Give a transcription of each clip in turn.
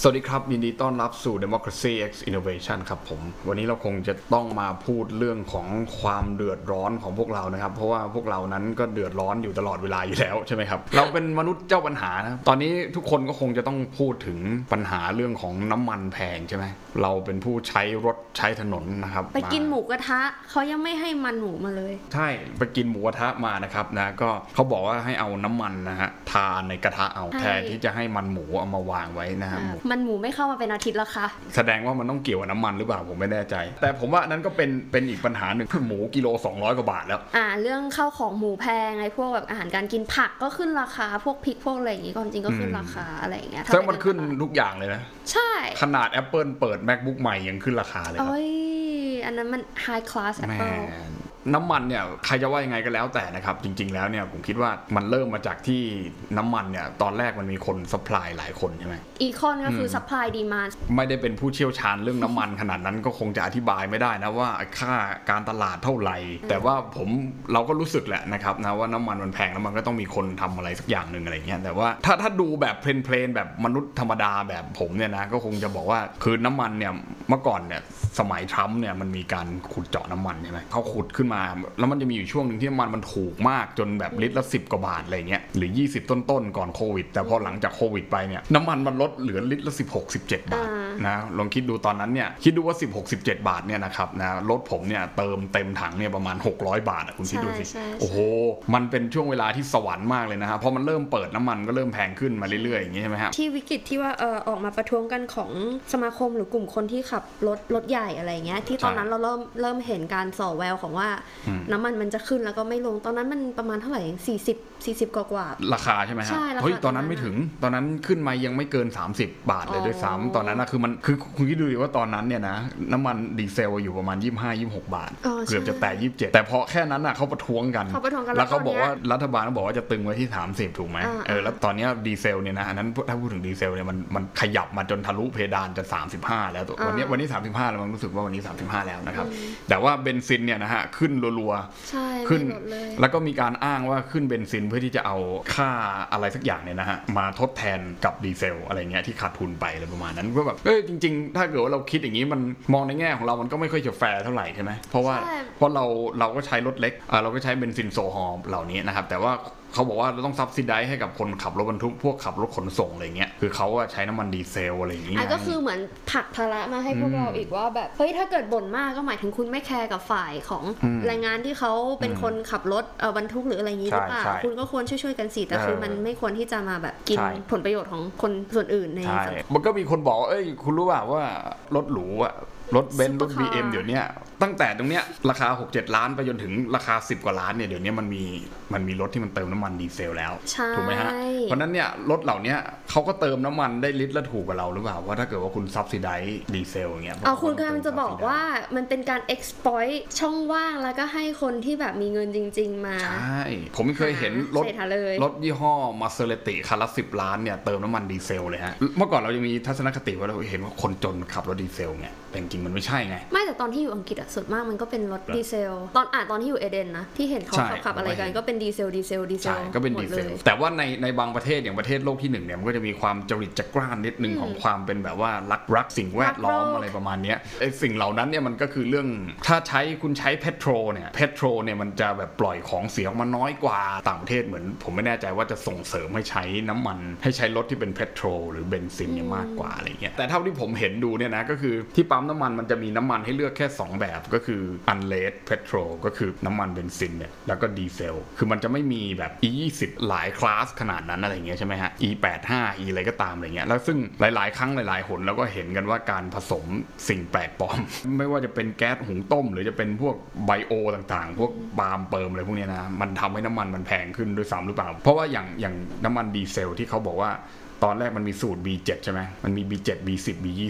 สวัสดีครับยินดีต้อนรับสู่ Democracy X Innovation ครับผมวันนี้เราคงจะต้องมาพูดเรื่องของความเดือดร้อนของพวกเรานะครับเพราะว่าพวกเรานั้นก็เดือดร้อนอยู่ตลอดเวลาอยู่แล้วใช่ไหมครับเราเป็นมนุษย์เจ้าปัญหานะตอนนี้ทุกคนก็คงจะต้องพูดถึงปัญหาเรื่องของน้ำมันแพงใช่ไหมเราเป็นผู้ใช้รถใช้ถนนนะครับไปกินหมูกระทะเขายังไม่ให้มันหมูมาเลยใช่ไปกินหมูกระทะมานะครับนะก็เขาบอกว่าให้เอาน้ำมันนะฮะทาในกระทะเอาแทนที่จะให้มันหมูเอามาวางไว้นะครับมันหมูไม่เข้ามาเป็นอาทิตย์แล้วค่ะแสดงว่ามันต้องเกี่ยวกับน้ำมันหรือเปล่าผมไม่แน่ใจแต่ผมว่านั้นก็เป็นอีกปัญหาหนึ่งหมูกิโล200 กว่าบาทแล้วเรื่องข้าวของหมูแพงไอ้พวกแบบอาหารการกินผักก็ขึ้นราคาพวกพริกพวกอะไรอย่างงี้ความจริงก็ขึ้นราคาอะไรอย่างเงี้ยซึ่งมันขึ้นทุกอย่างเลยนะใช่ขนาด Apple เปิด MacBook ใหม่ยังขึ้นราคาเลยครับอันนั้นมัน High Class Apple น้ำมันเนี่ยใครจะว่ายังไงก็แล้วแต่นะครับจริงๆแล้วเนี่ยผมคิดว่ามันเริ่มมาจากที่น้ำมันเนี่ยตอนแรกมันมีคนซัพพลายหลายคนใช่ไหมอีคอนก็คือซัพพลายดีมานด์ไม่ได้เป็นผู้เชี่ยวชาญเรื่องน้ำมันขนาดนั้นก็คงจะอธิบายไม่ได้นะว่าค่าการตลาดเท่าไหร่แต่ว่าเราก็รู้สึกแหละนะครับนะว่าน้ำมันมันแพงแล้วมันก็ต้องมีคนทำอะไรสักอย่างหนึ่งอะไรเงี้ยแต่ว่าถ้าดูแบบเพลนแบบมนุษย์ธรรมดาแบบผมเนี่ยนะก็คงจะบอกว่าคือน้ำมันเนี่ยเมื่อก่อนเนี่ยสมัยทรัมป์เนี่ยมันมีการขุดเจาะน้ำมันใช่ไหมเขาขุดขึ้นมาแล้วมันจะมีอยู่ช่วงหนึ่งที่น้ำมันถูกมากจนแบบลิตรละ10 กว่าบาทอะไรเงี้ยหรือ20ต้นๆก่อนโควิดแต่พอหลังจากโควิดไปเนี่ยน้ำมันลดเหลือลิตรละ16-17 บาทนะลองคิดดูตอนนั้นเนี่ยคิดดูว่า16-17 บาทเนี่ยนะครับนะรถผมเนี่ยเติมเต็มถังเนี่ยประมาณ600 บาทคุณคิดดูสิโอ้โหมันเป็นช่วงเวลาที่สวรรค์มากเลยนะครับพอมันเริ่มเปิดน้ำมันก็เริ่มแพงขึ้นมาเรื่อยๆอย่างงี้ใช่ไหมครับที่วิกฤตที่ว่าออกมาประท้วงกันของสมาคมหรือกลุ่มคนที่ขับรถใหญ่อะไรเงี้ยที่ตอนนั้นเราเริ่มเห็นการส่อแววของว่าน้ำมันจะขึ้นแล้วก็ไม่ลงตอนนั้นมันประมาณเท่าไหร่40กว่าราคาใช่ไหมฮะเฮ้ยตอนนั้นไม่ถึงตอนนั้นขึ้นมายังไม่เกิน30 บาทเลยด้วยซ้ำตอนนั้นนะคือคุณคิดดูดิว่าตอนนั้นเนี่ยนะน้ำมันดีเซลอยู่ประมาณ25-26 บาทเกือบจะแตะ27แต่พอแค่นั้นน่ะเขาประท้วงกันแล้วเขาบอกว่ารัฐบาลบอกว่าจะตึงไว้ที่30ถูกไหมแล้วตอนนี้ดีเซลเนี่ยนะอันนั้นถ้าพูดถึงดีเซลเนี่ยมันขยับมาจนทะลุเพดานจะ35แล้ววันนี้35แล้วมันรู้สึกว่าวันนี้35แล้วนะครับแต่ว่าเบนซินเนี่ยนะฮะขึ้นรัวๆขึ้นแล้วก็มีการอ้างว่าขึ้นเบนซินเพื่อที่จะเอาค่าอะไรสักอย่างเนี่ยนะฮะมาทดแทนกับดีเซลอะไรเงี้ยที่ขาดทุนไปอะไรประมาณนั้นก็แบบจริงๆถ้าเกิดว่าเราคิดอย่างนี้มันมองในแง่ของเรามันก็ไม่ค่อยจะแฟร์เท่าไหร่ใช่ไหมเพราะเราก็ใช้รถเล็กเราก็ใช้เบนซินโซฮอล์เหล่านี้นะครับแต่ว่าเขาบอกว่าเราต้องซับซิไดซ์ให้กับคนขับรถบรรทุกพวกขับรถขนส่งอะไรเงี้ยคือเขาใช้น้ำมันดีเซลอะไรอย่างเงี้ยก็คือเหมือนผลักภาระมาให้พวกเราอีกว่าแบบเฮ้ยถ้าเกิดบ่นมากก็หมายถึงคุณไม่แคร์กับฝ่ายของแรงงานที่เขาเป็นคนขับรถบรรทุกหรืออะไรอย่างงี้หรือเปล่าคุณก็ควรช่วยกันสิแต่คือมันไม่ควรที่จะมาแบบกินผลประโยชน์ของคนส่วนอื่นในมันก็มีคนบอกคุณรู้ป่าวว่ารถหรูรถเบนซ์รถ BM เดี๋ยวนี้ตั้งแต่ตรงเนี้ยราคา 6-7 ล้านไปจนถึงราคา10 กว่าล้านเนี่ยเดี๋ยวนี้มันมีรถที่มันเติมน้ำมันดีเซลแล้วถูกไหมฮะเพราะนั้นเนี่ยรถเหล่านี้เขาก็เติมน้ำมันได้ลิตรละถูกกว่าเราหรือเปล่าว่าถ้าเกิดว่าคุณซับซิไดซ์ดีเซลอย่างเงี้ยคุณกำลังจะบอกว่ามันเป็นการ exploit ช่องว่างแล้วก็ให้คนที่แบบมีเงินจริงๆมาใช่ผมไม่เคยเห็นรถยี่ห้อมาเซเลติคันละ10 ล้านเนี่ยเติมน้ำมันดีเซลเลยฮะเมื่อก่อนเราจะมีทัศนคติว่าเราเห็นว่าคนจนขับรถดีเซลไงแต่จริงมันไม่ใช่ไงไม่แต่ตอนที่อยู่อังกฤษส่วนมากมันก็เป็นรถดีเซลตอนที่อยู่เอเดนนะที่เห็นเขาขับอะไรกันก็เป็นดีเซลใช่ก็เป็นดีเซลแต่ว่าในบางประเทศอย่างประเทศโลกที่1เนี่ยมันก็จะมีความจริตจักร้านนิดนึงของความเป็นแบบว่ารักสิ่งแวดล้อมอะไรประมาณนี้ไอ้สิ่งเหล่านั้นเนี่ยมันก็คือเรื่องถ้าคุณใช้เพโตรเนี่ยมันจะแบบปล่อยของเสียออกมาน้อยกว่าต่างประเทศเหมือนผมไม่แน่ใจว่าจะส่งเสริมให้ใช้น้ำมันให้ใช้รถที่เป็นเพโตรหรือเบนซินเนี่ยมากกว่าอะไรเงี้ยแต่เท่าที่ผมเห็นดูเนี่ยนะก็คือที่ปั๊มน้ำมันจะมีน้ำมันให้เลือกแค่2แบบก็คือ unleaded petrol ก็คือน้ำมันเบนซินเนี่ยแล้วก็ดีเซลคือมันจะไม่มีแบบ E20 หลายคลาสขนาดนั้นอะไรเงี้ยใช่ไหมฮะ E85 E อะไรก็ตามอะไรเงี้ยแล้วซึ่งหลายๆครั้งหลายๆหนแล้วก็เห็นกันว่าการผสมสิ่งแปลกปลอม ไม่ว่าจะเป็นแก๊สหุงต้มหรือจะเป็นพวกไบโอต่างๆพวกปาล์มเปิร์มอะไรพวกนี้นะมันทำให้น้ำมันมันแพงขึ้นด้วยซ้ำหรือเปล่าเพราะว่าอย่างน้ำมันดีเซลที่เขาบอกว่าตอนแรกมันมีสูตร B7 ใช่ไหมมันมี B7 B10 B20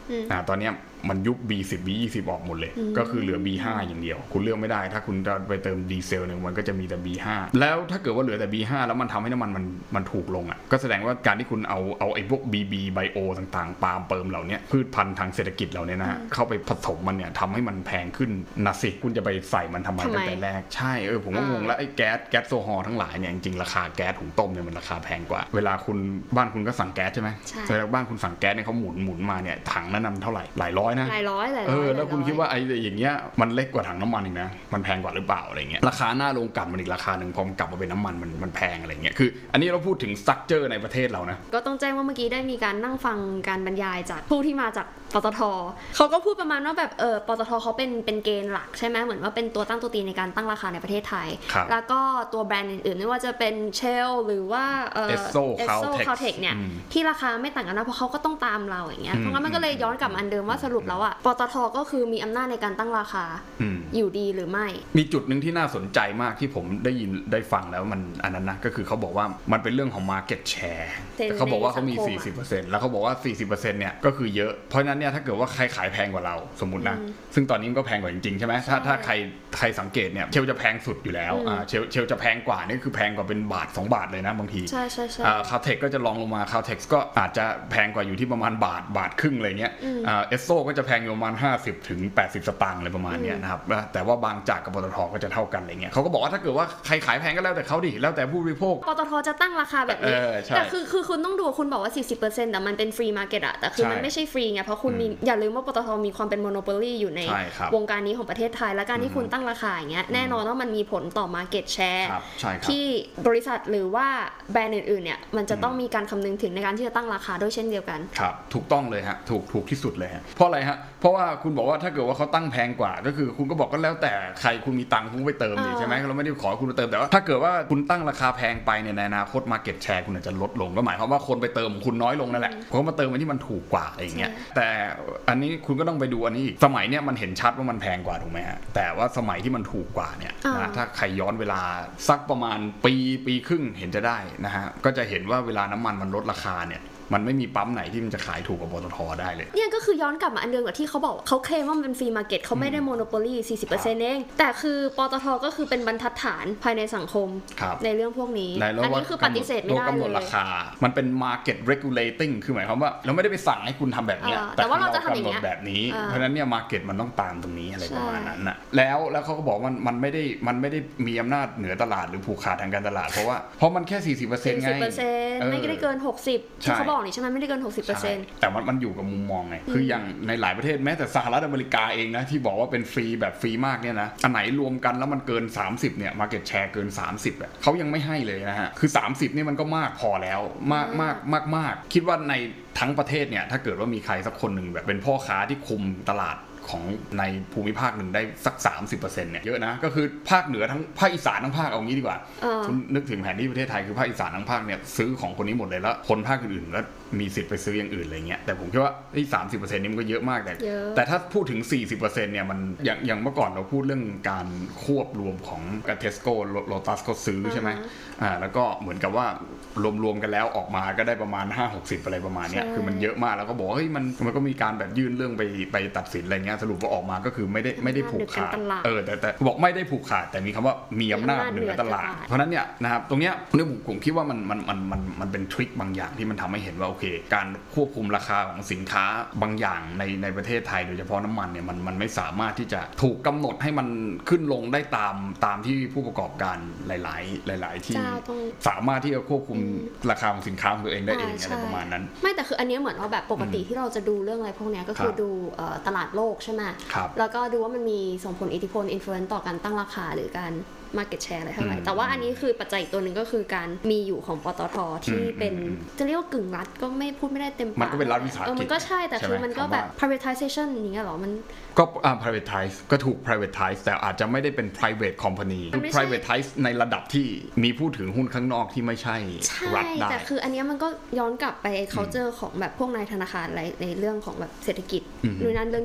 ตอนนี้มันยุบ B10 B20 ออกหมดเลยก็คือเหลือ B5 อย่างเดียวคุณเลือกไม่ได้ถ้าคุณจะไปเติมดีเซลเนี่ยมันก็จะมีแต่ B5 แล้วถ้าเกิดว่าเหลือแต่ B5 แล้วมันทำให้น้ำมันถูกลงอ่ะก็แสดงว่าการที่คุณเอาไอ้พวก BB ไบโอต่างๆปาล์มเปิมเหล่านี้พืชพันธุ์ทางเศรษฐกิจเหล่านี้นะเข้าไปผสมมันเนี่ยทำให้มันแพงขึ้นนะสิคุณจะไปใส่มันทำไมตั้งแต่แรกใช่ผมก็งงแล้วไอ้แก๊สโซฮอล์ทั้งหลายเนี่ยจริงๆราคาแก๊สหุงต้มเนี่ยมันราคาแพงกว่าเวลาคุณบ้านคุณก็สั่งแก๊สใช่ไหมเวลาบ้านคุณสั่งแก๊สเนี่ยเขาหมุนมาเนี่ยถังนั้นเท่าไหร่หลายร้อยนะแล้วคุณคิดว่าไอ้อย่างเงี้ยมันเล็กกว่าถังน้ำมันอีกนะมันแพงกว่าหรือเปล่าอะไรเงี้ยราคาหน้าโรงกลั่นมันอีกราคาหนึ่งพอมันกลับมาเป็นน้ำมันแพงอะไรเงี้ยคืออันนี้เราพูดถึงสตรัคเจอร์ในประเทศเรานะก็ต้องแจ้งว่าเมื่อกี้ได้มีการนั่งฟังการบรรยายจากผู้ที่มาจากปตท.เขาก็พูดประมาณว่าแบบปตท.เขาเป็นเกณฑ์หลักใช่ไหมเหมือนว่าเป็นตัวตั้งตัวตีในการตั้งราคาในประเทศไทยแล้วก็ตัวแบรนด์อื่นๆไม่ว่าจะเป็นเชลหรือว่า Esso Caltex เนี่ยที่ราคาไม่ต่างกันนะเพราะเขาก็ต้องตามเราอย่างเงี้ยเพราะงั้นมันก็เลยย้อนกลับมาอันเดิมว่าสรุปแล้วปตท.ก็คือมีอำนาจในการตั้งราคาอยู่ดีหรือไม่มีจุดหนึ่งที่น่าสนใจมากที่ผมได้ฟังแล้วมันอันนั้นนะก็คือเขาบอกว่ามันเป็นเรื่องของ market share เขาบอกว่าเขามี 40% แล้วเขาบอกว่า 40% เนี่ยก็คือเยอะเพราะฉะนั้นเนี่ยถ้าเกิดว่าใครขายแพงกว่าเราสมมุตินะซึ่งตอนนี้มันก็แพงกว่าจริงๆใช่ไหมถ้าใครสังเกตเนี่ยเชลจะแพงสุดอยู่แล้วเชลจะแพงกว่านี่คือแพงกว่าเป็นบาท2 บาทเลยนะบางทีใช่คาเทคก็จะลองลงมาคาเทคก็อาจจะแพงกว่าอยู่ที่ประมาณบาทครึ่งอะไรเงี้ยเอสโซก็จะแพงอยู่ประมาณ50ถึง80 สตางค์อะไรประมาณเนี้ยนะครับแต่ว่าบางจากกับปตท.ก็จะเท่ากันอะไรเงี้ยเขาก็บอกว่าถ้าเกิดว่าใครขายแพงก็แล้วแต่เขาดิแล้วแต่ผู้บริโภคปตท.จะตั้งราคาแบบนี้แต่คือคุณต้องดูคุณบอกว่า 40% แต่มันเป็นฟรีมาร์เก็ตอะแต่คือมันไม่ใช่ฟรีไงเพราะคุณมีอย่าลืมว่าปตท.มีความเป็นโมโนโพลีอยู่ในวงการนี้ของประเทศไทยและการที่คุณตั้งราคาอย่างเงี้ยแน่นอนว่ามันมีผลต่อ market share ที่บริษัทหรือว่าแบรนด์อื่นๆเนี่ยมันจะต้องมีการคำนึงถึงในการที่จะตั้งราคาด้วยเช่นเดียวกันครับถูกต้องเลยฮะถูกที่สุดเลยฮะเพราะอะไรฮะเพราะว่าคุณบอกว่าถ้าเกิดว่าเขาตั้งแพงกว่าก็คือคุณก็บอกก็แล้วแต่ใครคุณมีตังค์คุณไปเติมดิใช่ไหมเราไม่ได้ขอคุณไปเติมแต่ว่าถ้าเกิดว่าคุณตั้งราคาแพงไปในอนาคต market share คุณอาจจะลดลงก็หมายความว่าคนไปเติมคุณน้อยลงนั่นแหละเพราะมาเติมอันที่มันถูกกว่าอะไรอย่างเงี้ยแต่อันนี้คุณก็ต้องไปดูอันนี้อีกสมัยเนี้ยมันเห็นชัดว่ามันแพงกว่าถูกไหมฮะแต่ว่าสมัยที่มันถูกกว่าเนี่ยนะถ้าใครย้อนเวลาสักประมาณปีครึ่งเห็นจะได้นะฮะก็จะเห็นว่าเวลาน้ำมันลดราคาเนี่ยมันไม่มีปั๊มไหนที่มันจะขายถูกกว่าปตท.ได้เลยเนี่ยก็คือย้อนกลับมาอันเดิมกับที่เขาบอกเขาเคลมว่ามันเป็นฟรีมาร์เก็ตเขาไม่ได้โมโนโพลี 40% เองแต่คือปตท.ก็คือเป็นบรรทัดฐานภายในสังคมในเรื่องพวกนี้อันนี้คือปฏิเสธไม่ได้เลยกำหนดราคามันเป็น market regulating คือหมายความว่าเราไม่ได้ไปสั่งให้คุณทำแบบนี้แต่ว่าเราจะทำอย่างนี้แบบนี้เพราะฉะนั้นเนี่ย market มันต้องตามตรงนี้อะไรประมาณนั้นนะแล้วเขาก็บอกว่ามันไม่ได้มีอำนาจเหนือตลาดหรือผูกขาดทางการตลาดเพราะมันแค่ 40% ไงไม่ได้เกิน 60ที่เขาบอกนี่ใช่ไหมไม่ได้เกิน 60% แต่มันอยู่กับมุมมองไงคืออย่างในหลายประเทศแม้แต่สหรัฐอเมริกาเองนะที่บอกว่าเป็นฟรีแบบฟรีมากเนี่ยนะอันไหนรวมกันแล้วมันเกิน30เนี่ย market share เกิน30อ่ะเขายังไม่ให้เลยนะฮะคือ30นี่มันก็มากพอแล้วมากคิดว่าในทั้งประเทศเนี่ยถ้าเกิดว่ามีใครสักคนหนึ่งแบบเป็นพ่อค้าที่คุมตลาดของในภูมิภาคหนึ่งได้สัก 30% เนี่ยเยอะนะก็คือภาคเหนือทั้งภาคอีสานทั้งภาคเอางี้ดีกว่าคุณนึกถึงแผนที่ประเทศไทยคือภาคอีสานทั้งภาคเนี่ยซื้อของคนนี้หมดเลยแล้วคนภาคอื่นๆแล้วมีสิทธิ์ไปซื้ออย่างอื่นอะไรเงี้ยแต่ผมคิดว่าที่ 30% นี่มันก็เยอะมากแต่ถ้าพูดถึง 40% เนี่ยมันอย่างเมื่อก่อนเราพูดเรื่องการควบรวมของกับ Tesco Lotus ก็ซื้อใช่ไหมแล้วก็เหมือนกับว่ารวมกันแล้วออกมาก็ได้ประมาณ 5-60 อะไรประมาณเนี้ยคือมันเยอะมากแล้วก็บอกเฮ้ยมันก็มีการแบบยื่นเรื่องไปตัดสินอะไรเงี้ยสรุปว่าออกมาก็คือไม่ได้ผูกขาดแต่บอกไม่ได้ผูกขาดแต่มีคำว่ามีอำนาจเหนือตลาดเพราะนั้นเนี่ยนะครับตรงเนี้ยผมคิดว่ามันเป็นทริคบางอย่างที่มันทำให้เห็นว่าโอเคการควบคุมราคาของสินค้าบางอย่างในประเทศไทยโดยเฉพาะน้ำมันเนี่ยมันไม่สามารถที่จะถูกกำหนดให้มันขึ้นลงได้ตามที่ผู้ประกอบการหลายที่สามารถที่จะควบคุมราคาของสินค้าของตัวเองได้เองอะไรประมาณนั้นไม่แต่คืออันนี้เหมือนว่าแบบปกติที่เราจะดูเรื่องอะไรพวกนี้ก็คือดูตลาดโลกใช่ไหมแล้วก็ดูว่ามันมีส่งผลอิทธิพล influence ต่อการตั้งราคาหรือการ market share อะไรเท่าไหร่แต่ว่าอันนี้คือปัจจัยอีกตัวหนึ่งก็คือการมีอยู่ของปตท.ที่เป็นจะเรียกว่ากึ่งรัฐก็ไม่พูดไม่ได้เต็มปากมันก็เป็นรัฐวิสาหกิจมันก็ใช่แต่คือมันก็แบบ privatization อย่างเงี้ยหรอมันก็ privatize ก็ถูก privatize แต่อาจจะไม่ได้เป็น private company คือ privatize ในระดับที่มีผู้ถือหุ้นข้างนอกที่ไม่ใช่รัฐได้แต่คืออันนี้มันก็ย้อนกลับไป culture ของแบบพวกนายธนาคารอะไรในเรื่องของแบบเศรษฐกิจหรือนั่นเรื่องที่ว่า board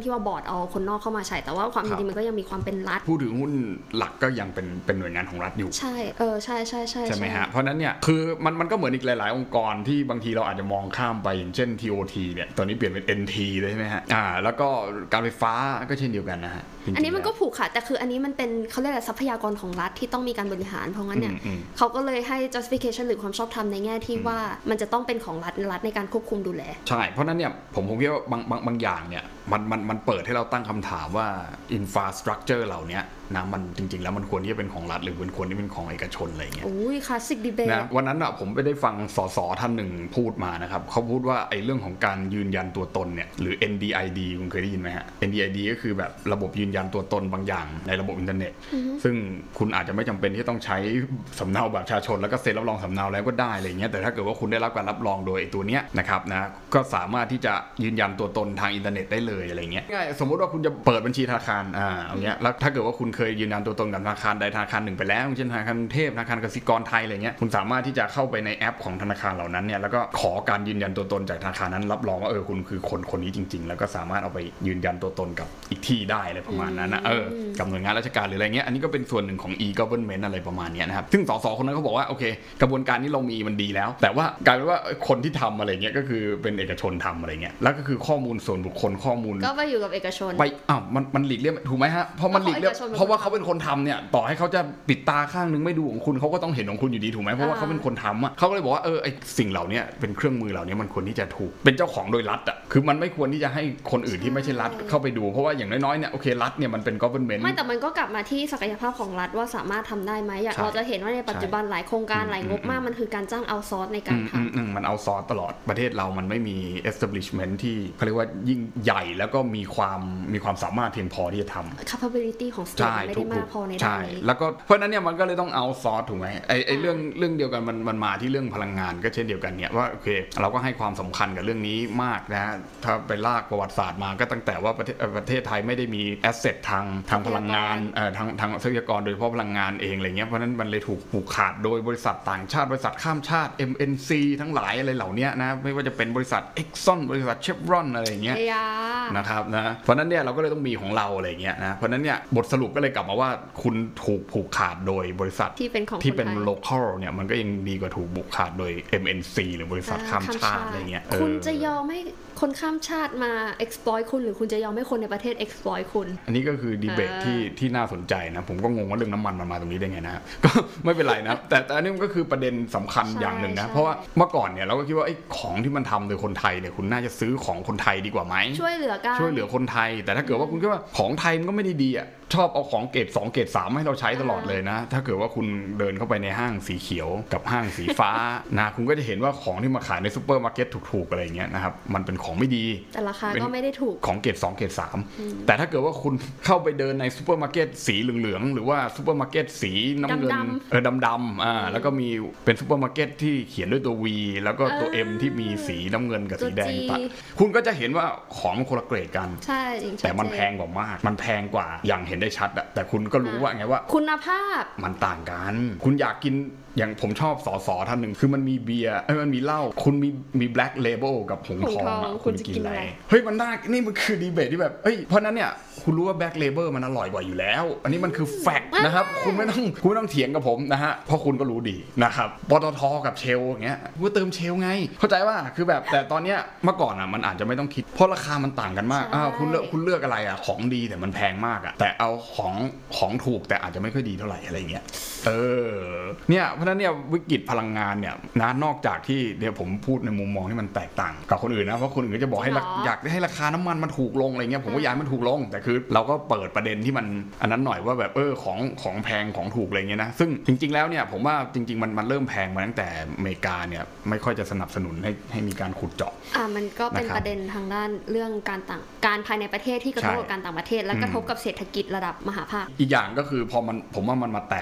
เอาคนนอกเข้ามาใช้แต่ว่าความจริงมันก็ยังมีความเป็นรัฐผู้ถือหุ้นหลักก็ยังเป็นหน่วยงานของรัฐอยู่ใช่ใช่ใช่ใช่ใช่ไหมฮะเพราะนั้นเนี่ยคือมันก็เหมือนอีกหลายๆองค์กรที่บางทีเราอาจจะมองข้ามไปอย่างเช่น TOT เนี่ยตอนนี้เปลี่ยนเป็น NT เลยใช่ไหมฮะแล้วก็การไฟฟ้าก็เช่นเดียวกันนะฮะอันนี้มันก็ผูกขาดแต่คืออันนี้มันเป็นเขาเรียกอะไรทรัพยากรของรัฐที่ต้องมีการบริหารเพราะงั้นเนี่ยเขาก็เลยให้ justification หรือความชอบธรรมในแง่ที่ว่ามันจะต้องเป็นของรัฐในการควบคุมดูแลใช่เพราะนั้นเนี่ยผมคิดว่าบางอย่างเนี่ยมันเปิดให้เราตั้งคำถามว่า infrastructure เหล่านี้นะมันจริงๆแล้วมันควรที่จะเป็นของรัฐหรือควรที่เป็นของเอกชนอะไรเงี้ยอุ้ยคลาสสิกดีเบตนะวันนั้นอ่ะผมไปได้ฟังสสท่านหนึ่งพูดมานะครับเขาพูดว่าไอ้เรื่องของการยืนยันตัวตนเนี่ยหรือ NDID คุณเคยได้ยินไหมฮะ NDID ก็คือแบบระบบยืนยันตัวตนบางอย่างในระบบอินเทอร์เน็ตซึ่งคุณอาจจะไม่จำเป็นที่ต้องใช้สำเนาบัตรประชาชนแล้วก็เซ็นรับรองสำเนาแล้วก็ได้อะไรเงี้ยแต่ถ้าเกิดว่าคุณได้รับการรับรองโดยตัวเนี้ยนะครับนะก็สามารถที่จะยืนยันตัวตนทางอินเทอร์เน็ตได้เลยอะไรเงี้ยง่ายสมมติว่าคุณจะเปิดบัญชีธนาคารอย่างเงี้ยแล้วถ้าเกิดว่าคุณเคยยืนยันตัวตนธนาคารใดธนาคารหนึ่งไปแล้วเช่นธนาคารกรุงเทพธนาคารกสิกรไทยอะไรเงี้ยคุณสามารถที่จะเข้าไปในแอปของธนาคารเหล่านั้นเนี่ยแล้วก็ขอการยืนยันตัวตนจากธนาคารนั้นรับรองว่าคุณคือคนนี้จริงๆแล้วก็สามารถเอาไปยืนยันตัวตนกับอีกที่ได้อะไรประมาณนั้นนะกับหน่วยงานราชการหรืออะไรเงี้ยอันนี้ก็เป็นส่วนหนึ่งของ e-government อะไรประมาณนี้นะครับซึ่งสสคนนั้นเขาบอกว่าโอเคกระบวนการนี้เรามีมันดีแล้วแต่ว่ากลายเป็นว่าคนที่ทำอะไรเงี้ยก็คือเป็นเอกชนทำอะไรเงี้ยแล้วก็คือข้อมูลส่วนบุคคลข้อมูลก็ไปอยู่กับเอกชนไปมันหลีกเลี่ยงถูกไหมฮะเพราะมันหลีกเลี่ยงเพราะว่าเขาเป็นคนทำเนี่ยต่อให้เขาจะปิดตาข้างนึงไม่ดูของคุณเขาก็ต้องเห็นของคุณอยู่ดีถูกไหมเพราะว่าเขาเป็นคนทำอ่ะเขาก็เลยบอกว่าไอ้สิ่งเหล่านี้เป็นเครื่องมือเหล่านี้มันควรที่จะถูกเป็นเจ้าของโดยรัฐอ่ะคือมันไม่ควรที่จะให้คนอื่นที่ไม่ใช่รัฐเข้าไปดูเพราะว่าอย่างน้อยๆเนี่ยโอเครัฐเนี่ยมันเป็น government ไม่แต่มันก็กลับมาที่ศักยภาพของรัฐว่าสามารถทำได้ไหมอยากเราจะเห็นว่าในปัจจุบันหลายโครงการหลายงบมากมันคือการจ้างเอาซอร์สในการทำมันเอาซอร์สตลอดประเทศเรามันไม่มี establishment ที่เขาเรียกว่ายิ่งใหญ่แล้วก็มีความสามารถเพียงพอที่จะทำ capability ของ state ไม่ได้มากพอในด้านนี้แล้วก็เพราะนั้นเนี่ยมันก็เลยต้องเอาซอร์สถูกไหมไอ้เรื่องเดียวกันมันมาที่เรื่องพลังงานก็เช่นเดียวกันเนี่ยว่าโอเคเราก็ให้ความสำคัญกับเรื่องนี้มากนะถ้าไปลากประวัติศาสตร์มาก็ตั้งแต่ว่าประเทศไทยไม่ได้มีแอสเซททางพลังงานทางทรัพยากรโดยเฉพาะพลังงานเองอะไรเงี้ยเพราะนั้นมันเลยถูกผูกขาดโดยบริษัทต่างชาติบริษัทข้ามชาติ MNC ทั้งหลายอะไรเหล่านี้นะไม่ว่าจะเป็นบริษัท Exxon บริษัท Chevron อะไรอย่างเงี้ยนะครับนะเพราะนั้นเนี่ยเราก็เลยต้องมีของเราอะไรเงี้ยนะเพราะนั้นเนี่ยบทสรุปก็เลยกลับมาว่าคุณถูกผูกขาดโดยบริษัทที่เป็นของ local เนี่ยมันก็ยังดีกว่าถูกผูกขาดโดย MNC หรือบริษัทข้ามชาติอะไรเงี้ยคุณจะยอมให้คนข้ามชาติมา exploit คุณหรือคุณจะยอมให้คนในประเทศ exploit คุณอันนี้ก็คือดีเบตที่น่าสนใจนะผมก็งงว่าเรื่องน้ำมันมันมาตรงนี้ได้ไงนะก็ไม่เป็นไรนะแต่อันนี้มันก็คือประเด็นสำคัญอย่างหนึ่งนะเพราะว่าเมื่อก่อนเนี่ยเราก็คิดว่าไอ้ของที่มันทำโดยคนไทยเนี่ยคุณน่าจะซื้อของคนไทยดีกว่าไหมช่วยเหลือคนไทยแต่ถ้าเกิดว่าคุณคิดว่าของไทยมันก็ไม่ได้ดีอ่ะชอบเอาของเกรด2เกรด3ให้เราใช้ตลอดเลยนะถ้าเกิดว่าคุณเดินเข้าไปในห้างสีเขียวกับห้างสีฟ้านะคุณก็จะเห็นว่าของที่มาขายในซุปเปอร์มาร์เก็ตถูกๆอะไรเงี้ยนะครับมันเป็นของไม่ดีแต่ราคาก็ไม่ได้ถูกของเกรด2เกรด3แต่ถ้าเกิดว่าคุณเข้าไปเดินในซุปเปอร์มาร์เก็ตสีเหลืองๆหรือว่าซุปเปอร์มาร์เก็ตสีน้ำเงินดำแล้วก็มีเป็นซุปเปอร์มาร์เก็ตที่เขียนด้วยตัว V แล้วก็ตัว M ที่มีสีน้ำเงินกับสีแดงตัดคุณก็จะเห็นว่าของมันคนละเกรดกันใช่แต่มันแพงกว่ามากมันแพงกว่าอย่างเห็นได้ชัดแต่คุณก็รู้ว่าไงว่าคุณภาพมันต่างกันคุณอยากกินอย่างผมชอบสท่านหนึ่งคือมันมีเบียร์มันมีเหล้าคุณมีแบล็กเลเบลกับหงทองคุณจะกินอะไรเฮ้ยมันน่านี่มันคือดีเบตที่แบบเพราะนั้นเนี่ยคุณรู้ว่าแบล็กเลเบลมันอร่อยกว่าอยู่แล้วอันนี้มันคือแฟกต์นะครับคุณไม่ต้องเถียงกับผมนะฮะเพราะคุณก็รู้ดีนะครับปตท.กับเชลอย่างเงี้ยคุณเติมเชลไงเข้าใจว่าคือแบบแต่ตอนเนี้ยเมื่อก่อนอ่ะมันอาจจะไม่ต้องคิดเพราะราคามันต่างกันมากคุณเลือกอะไรอ่ะของดีแต่มันแพงมากอ่ะแต่เอาของถูกแต่อาจจะไม่ค่อยดีเท่าไหร่อะไรเงี้ยเนี่ยเพราะนั้นเนี่ยวิกฤตพลังงานเนี่ยนะนอกจากที่เดี๋ยวผมพูดในมุมมองที่มันแตกต่างกับคนอื่นนะเพราะคนอื่นก็จะบอกให้อยากให้ราคาน้ำมันถูกลงอะไรเงี้ยผมก็อยากมันถูกลงแต่คือเราก็เปิดประเด็นที่มันอันนั้นหน่อยว่าแบบของแพงของถูกอะไรเงี้ยนะซึ่งจริงๆแล้วเนี่ยผมว่าจริงๆมันเริ่มแพงมาตั้งแต่อเมริกาเนี่ยไม่ค่อยจะสนับสนุนให้มีการขุดเจาะมันก็เป็นประเด็นทางด้านเรื่องการภายในประเทศที่กระทบกับการต่างประเทศและกระทบกับเศรษฐกิจระดับมหาภาคอีกอย่างก็คือพอผมว่ามันมาแตกตรง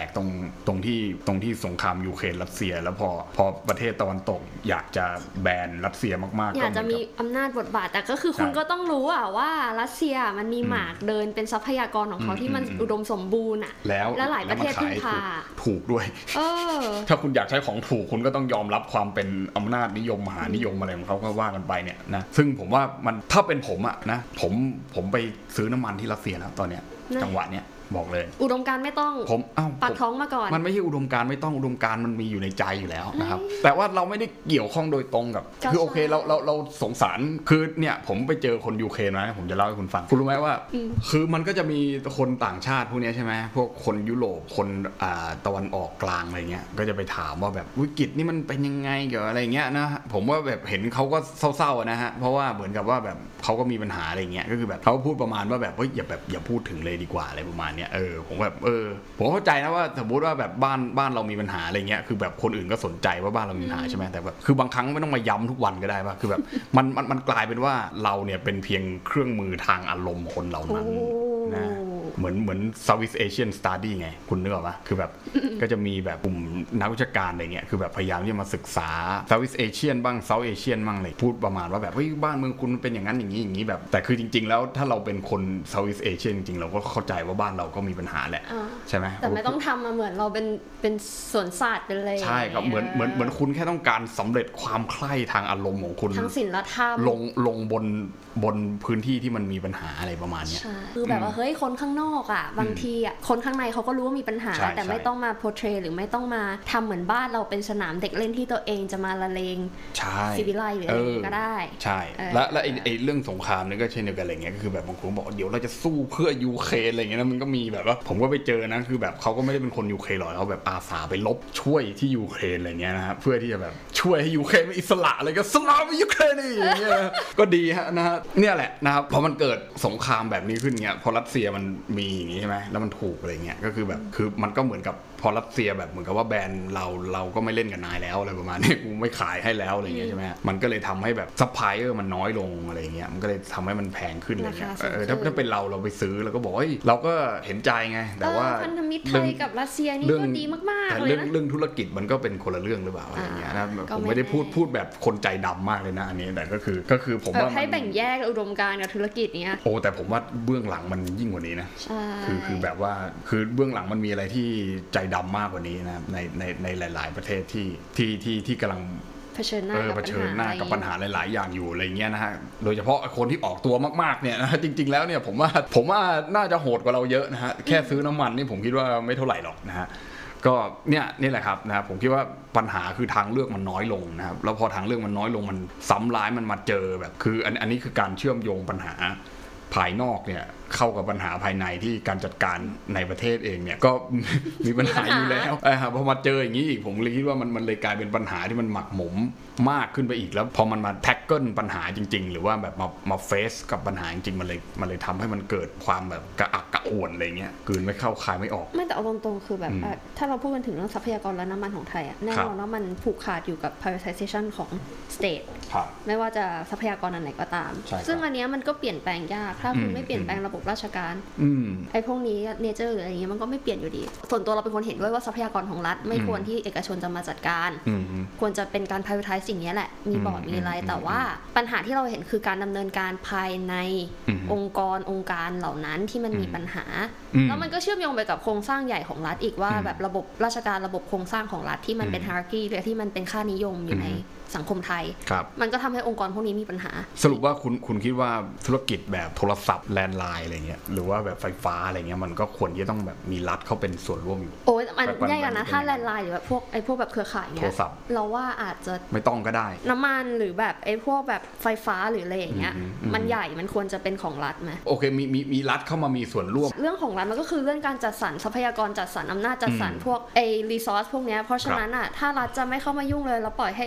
ตรงที่สงครามยูเครนรัสเซียแล้วพอประเทศตะวันตกอยากจะแบนรัสเซียมากๆอยากจะมีอำนาจบทบาทแต่ก็คือคุณก็ต้องรู้ว่ารัสเซียมันมีหมากเดินเป็นทรัพยากรของเขาที่มันอุดมสมบูรณ์แล้วหลายประเทศพึ่งพาถูกด้วยถ้าคุณอยากใช้ของถูกคุณก็ต้องยอมรับความเป็นอำนาจนิยมมหานิยมอะไรของเขาก็ว่ากันไปเนี่ยนะซึ่งผมว่ามันถ้าเป็นผมนะผมไปซื้อน้ำมันที่รัสเซียแล้วตอนเนี้ยจังหวะเนี้ยบอกเลยอุดมการณ์ไม่ต้องปากท้องมาก่อนมันไม่ใช่อุดมการณ์ไม่ต้องอุดมการณ์มันมีอยู่ในใจอยู่แล้วนะครับแต่ว่าเราไม่ได้เกี่ยวข้องโดยตรงกับคือโอเคเราสงสารคือเนี่ยผมไปเจอคนยูเครนนะผมจะเล่าให้คุณฟังคุณรู้ไหมว่าคือมันก็จะมีคนต่างชาติพวกนี้ใช่ไหมพวกคนยุโรปคนตะวันออกกลางอะไรเงี้ยก็จะไปถามว่าแบบวิกฤตนี่มันเป็นยังไงเกี่ยวอะไรเงี้ยนะผมว่าแบบเห็นเขาก็เศร้าๆนะฮะเพราะว่าเหมือนกับว่าแบบเขาก็มีปัญหาอะไรเงี้ยก็คือแบบเขาพูดประมาณว่าแบบเฮ้ยอย่าพูดถึงเลยดีกว่าอะไรประมาณเนี่ยผมแบบผมเข้าใจนะว่าสมมติว่าแบบบ้านเรามีปัญหาอะไรเงี้ยคือแบบคนอื่นก็สนใจว่าบ้านเรามีปัญหาใช่ไหมแต่แบบคือบางครั้งไม่ต้องมาย้ำทุกวันก็ได้ป่ะคือแบบมันกลายเป็นว่าเราเนี่ยเป็นเพียงเครื่องมือทางอารมณ์คนเหล่านั้นนะเหมือน Southeast Asian Study ไงคุณนึกออกปะคือแบบก็จะมีแบบกลุ่มนักวิชาการอะไรเงี้ยคือแบบพยายามที่จะมาศึกษา Southeast Asian บ้าง South Asian บ้างเลยพูดประมาณว่าแบบเฮ้ยบ้านเมืองคุณเป็นอย่างนั้นอย่างนี้แบบแต่คือจริงๆแล้วถ้าเราเป็นคน Southeast Asian จริงๆเราก็เข้าใจว่าบ้านเราก็มีปัญหาแหละใช่ไหมแต่ไม่ต้องทำมาเหมือนเราเป็นสวนศาสตร์เป็นอะไรใช่ครับเหมือนคุณแค่ต้องการสำเร็จความใคร่ทางอารมณ์ของคุณทางศิลธรรมลงบนพื้นที่ที่มันมีปัญหาอะไรประมาณนี้คือแบบว่าเฮ้ยคนข้างนอกบางทีคนข้างในเขาก็รู้ว่ามีปัญหาแต่ไม่ต้องมาโพเทรหรือไม่ต้องมาทำเหมือนบ้านเราเป็นสนามเด็กเล่นที่ตัวเองจะมาละเลงศิวิไลหรืออะไรก็ได้ใช่และไอ้เรื่องสงครามนี่ก็เช่นเดียวกันอะไรเงี้ยก็คือแบบบางคนบอกเดี๋ยวเราจะสู้เพื่อยูเครนอะไรเงี้ยนะมันก็มีแบบว่าผมก็ไปเจอนะคือแบบเขาก็ไม่ได้เป็นคนยูเครนหรอกเขาแบบอาสาไปลบช่วยที่ยูเครนอะไรเงี้ยนะครับเพื่อที่จะแบบช่วยให้ยูเครนเป็นอิสระอะไรก็สลาไปยูเครนนี่อย่างเงี้ยก็ดีฮะนะฮะเนี่ยแหละนะครับพอมันเกิดสงครามแบบนี้ขึ้นเงี้ยพอรัสเซียมันมีอย่างงี้ใช่ไหมแล้วมันถูกอะไรเงี้ยก็คือแบบคือมันก็เหมือนกับพอรัสเซียแบบเหมือนกับว่าแบรนด์เราก็ไม่เล่นกับนายแล้วอะไรประมาณนี้กูไม่ขายให้แล้วอะไรเงี้ยใช่ไหมมันก็เลยทำให้แบบซัพพลายเออร์มันน้อยลงอะไรเงี้ยมันก็เลยทำให้มันแพงขึ้นอะไรเงี้ยถ้าเป็นเราไปซื้อเราก็บอกเราก็เห็นใจไงแต่ว่าพันธมิตรไทยกับรัสเซียนี่ก็ดีมากๆเลยนะเรื่องธุรกิจมันก็เป็นคนละเรื่องหรือเปล่าอะไรเงี้ยนะผมไม่ได้พูดแบบคนใจดำมากเลยนะอันนี้แต่ก็คือผมว่าให้แบ่งแยกอุดมการณ์กับธุรกิจเนี้ยโอ้แต่ผมว่าเบื้องหลังมันยิ่งกว่านี้นะคือแบบว่าคือเบื้องหลังมันมีอะไรที่ใจดำมากกว่านี้นะในหลายๆประเทศที่กำลังเผชิญหน้ากับปัญหาหลายๆอย่างอยู่อะไรเงี้ยนะฮะโดยเฉพาะคนที่ออกตัวมากๆเนี่ยนะจริงๆแล้วเนี่ยผมว่าน่าจะโหดกว่าเราเยอะนะฮะแค่ซื้อน้ำมันนี่ผมคิดว่าไม่เท่าไหร่หรอกนะฮะก็นี่แหละครับนะครับผมคิดว่าปัญหาคือทางเลือกมันน้อยลงนะครับแล้วพอทางเลือกมันน้อยลงมันซ้ำร้ายมันมาเจอแบบคืออันนี้คือการเชื่อมโยงปัญหาภายนอกเนี่ยเข้ากับปัญหาภายในที่การจัดการในประเทศเองเนี่ยก็มีปัญหาอยู่แล้วพอมาเจออย่างนี้อีกผมเลยคิดว่ามันเลยกลายเป็นปัญหาที่มันหมักหมมมากขึ้นไปอีกแล้วพอมันมาแท็กเกิลปัญหาจริงๆหรือว่าแบบมาเฟสกับปัญหาจริงๆมันเลยทำให้มันเกิดความแบบกระอักกระอ่วนอะไรเงี้ยกลืนไม่เข้าคายไม่ออกไม่แต่เอาตรงๆคือแบบถ้าเราพูดกันถึงเรื่องทรัพยากรและน้ำมันของไทยแน่นอนว่ามันผูกขาดอยู่กับ privatization ของ state ไม่ว่าจะทรัพยากรอันไหนก็ตามซึ่งอันนี้มันก็เปลี่ยนแปลงยากถ้าคุณไม่เปลี่ยนแปลงระบบราชการไอ้พวกนี้เนเจอร์หรืออะไรอย่างเงี้ยมันก็ไม่เปลี่ยนอยู่ดีส่วนตัวเราเป็นคนเห็นด้วยว่าทรัพยากรของรัฐไม่ควรที่เอกชนจะมาจัดการควรจะเป็นการ privatize สิ่งนี้แหละมีบอร์ดมีอะไรแต่ว่าปัญหาที่เราเห็นคือการดำเนินการภายในองค์การเหล่านั้นที่มันมีปัญหาแล้วมันก็เชื่อมโยงไปกับโครงสร้างใหญ่ของรัฐอีกว่าแบบระบบราชการระบบโครงสร้างของรัฐที่มันเป็น hierarchy หรือที่มันเป็นค่านิยมอยู่ในสังคมไทยมันก็ทำให้องค์กรพวกนี้มีปัญหาสรุปว่าคุณคิดว่าธุรกิจแบบโทรศัพท์แลนด์ไลน์อะไรเงี้ยหรือว่าแบบไฟฟ้าอะไรเงี้ยมันก็ควรที่จะต้องแบบมีรัฐเข้าเป็นส่วนร่วมอยู่โอ้ยมันใหญ่กันนะถ้าแลนด์ไลน์หรือแบบพวกแบบเครือข่ายเงี้ยเราว่าอาจจะไม่ต้องก็ได้น้ำมันหรือแบบพวกแบบไฟฟ้าหรืออะไรอย่างเงี้ยมันใหญ่มันควรจะเป็นของรัฐไหมโอเคมีรัฐเข้ามามีส่วนร่วมเรื่องของรัฐมันก็คือเรื่องการจัดสรรทรัพยากรจัดสรรอำนาจจัดสรรพวกรีซอสพวกเนี้ยเพราะฉะนั้นถ้ารัฐจะไม่เข้ามายุ่งเลยแล้วปล่อยให้เอกชนด